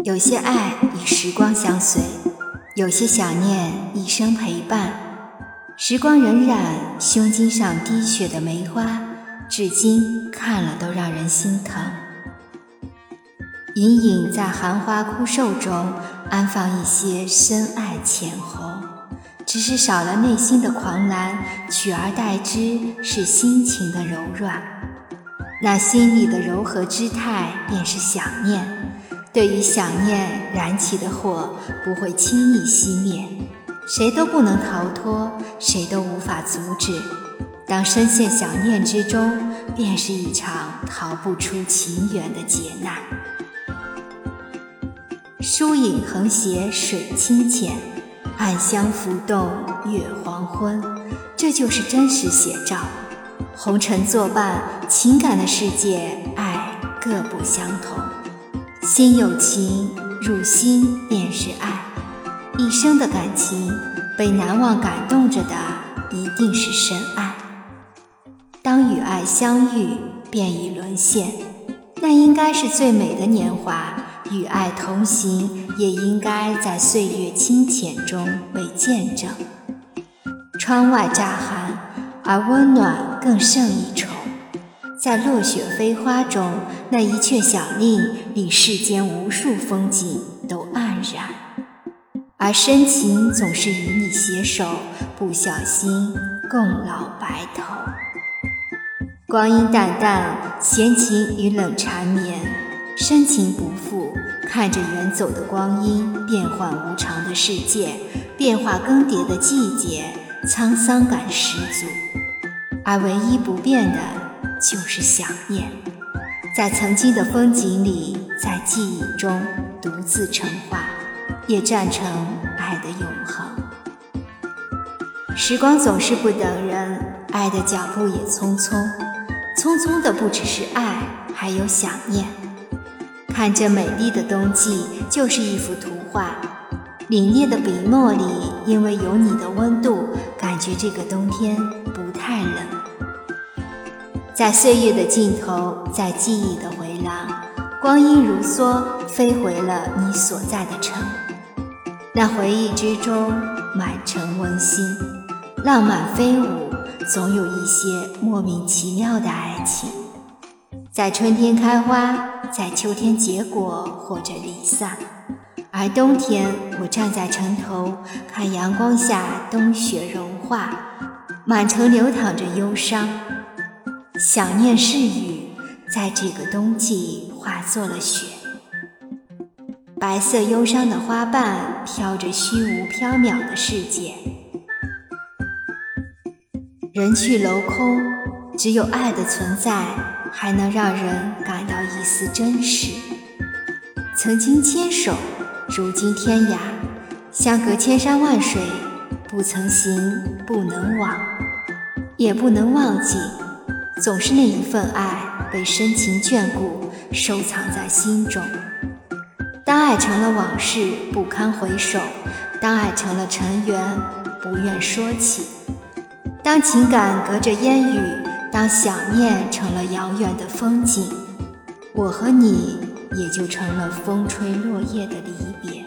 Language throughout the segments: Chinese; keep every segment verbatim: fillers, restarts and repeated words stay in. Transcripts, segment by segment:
有些爱以时光相随，有些想念一生陪伴。时光荏苒，胸襟上滴血的梅花，至今看了都让人心疼。隐隐在寒花枯瘦中安放一些深爱浅红，只是少了内心的狂澜，取而代之是心情的柔软。那心里的柔和姿态便是想念，对于想念燃起的火不会轻易熄灭，谁都不能逃脱，谁都无法阻止。当深陷想念之中，便是一场逃不出情缘的劫难。疏影横斜水清浅，暗香浮动月黄昏，这就是真实写照。红尘作伴，情感的世界，爱各不相同。心有情，入心便是爱。一生的感情，被难忘感动着的，一定是深爱。当与爱相遇，便已沦陷，那应该是最美的年华。与爱同行，也应该在岁月清浅中被见证。窗外乍寒，而温暖更胜一筹。在落雪飞花中，那一阙小令令世间无数风景都黯然。而深情总是与你携手，不小心共老白头。光阴淡淡，闲情与冷缠绵，深情不负，看着远走的光阴，变幻无常的世界，变化更迭的季节，沧桑感十足。而唯一不变的就是想念，在曾经的风景里，在记忆中独自成化，也站成爱的永恒。时光总是不等人，爱的脚步也匆匆，匆匆的不只是爱，还有想念。看这美丽的冬季，就是一幅图画。凛冽的笔墨里，因为有你的温度，感觉这个冬天不太冷。在岁月的尽头，在记忆的回廊，光阴如梭，飞回了你所在的城。那回忆之中，满城温馨，浪漫飞舞，总有一些莫名其妙的爱情。在春天开花，在秋天结果或者离散，而冬天我站在城头，看阳光下冬雪融化，满城流淌着忧伤。想念是雨，在这个冬季化作了雪。白色忧伤的花瓣飘着虚无缥缈的世界。人去楼空，只有爱的存在还能让人感到一丝真实。曾经牵手，如今天涯，相隔千山万水，不曾行，不能忘，也不能忘记。总是那一份爱被深情眷顾，收藏在心中。当爱成了往事，不堪回首；当爱成了尘缘，不愿说起。当情感隔着烟雨，当想念成了遥远的风景，我和你也就成了风吹落叶的离别。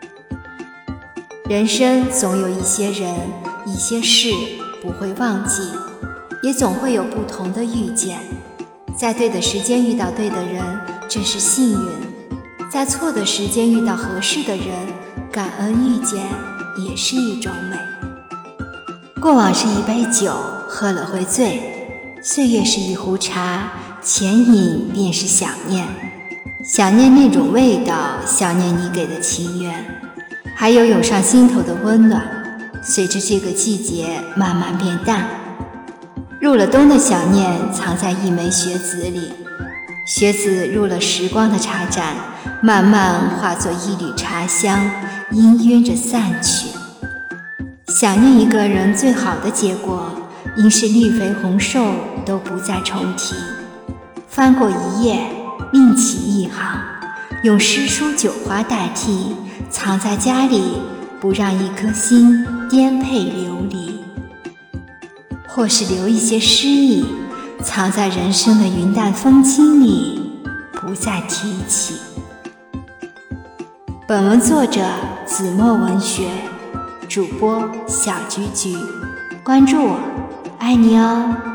人生总有一些人，一些事不会忘记，也总会有不同的遇见。在对的时间遇到对的人，真是幸运；在错的时间遇到合适的人，感恩遇见也是一种美。过往是一杯酒，喝了会醉；岁月是一壶茶，浅饮便是想念。想念那种味道，想念你给的情缘，还有涌上心头的温暖，随着这个季节慢慢变淡。入了冬的想念藏在一枚雪籽里，雪籽入了时光的茶盏，慢慢化作一缕茶香，氤氲着散去。想念一个人最好的结果，应是绿肥红瘦都不再重提。翻过一页，另起一行，用诗书酒花代替，藏在家里，不让一颗心颠沛流离。或是留一些诗意，藏在人生的云淡风轻里，不再提起。 本文作者子墨文学，主播小菊菊，关注我，爱你哦。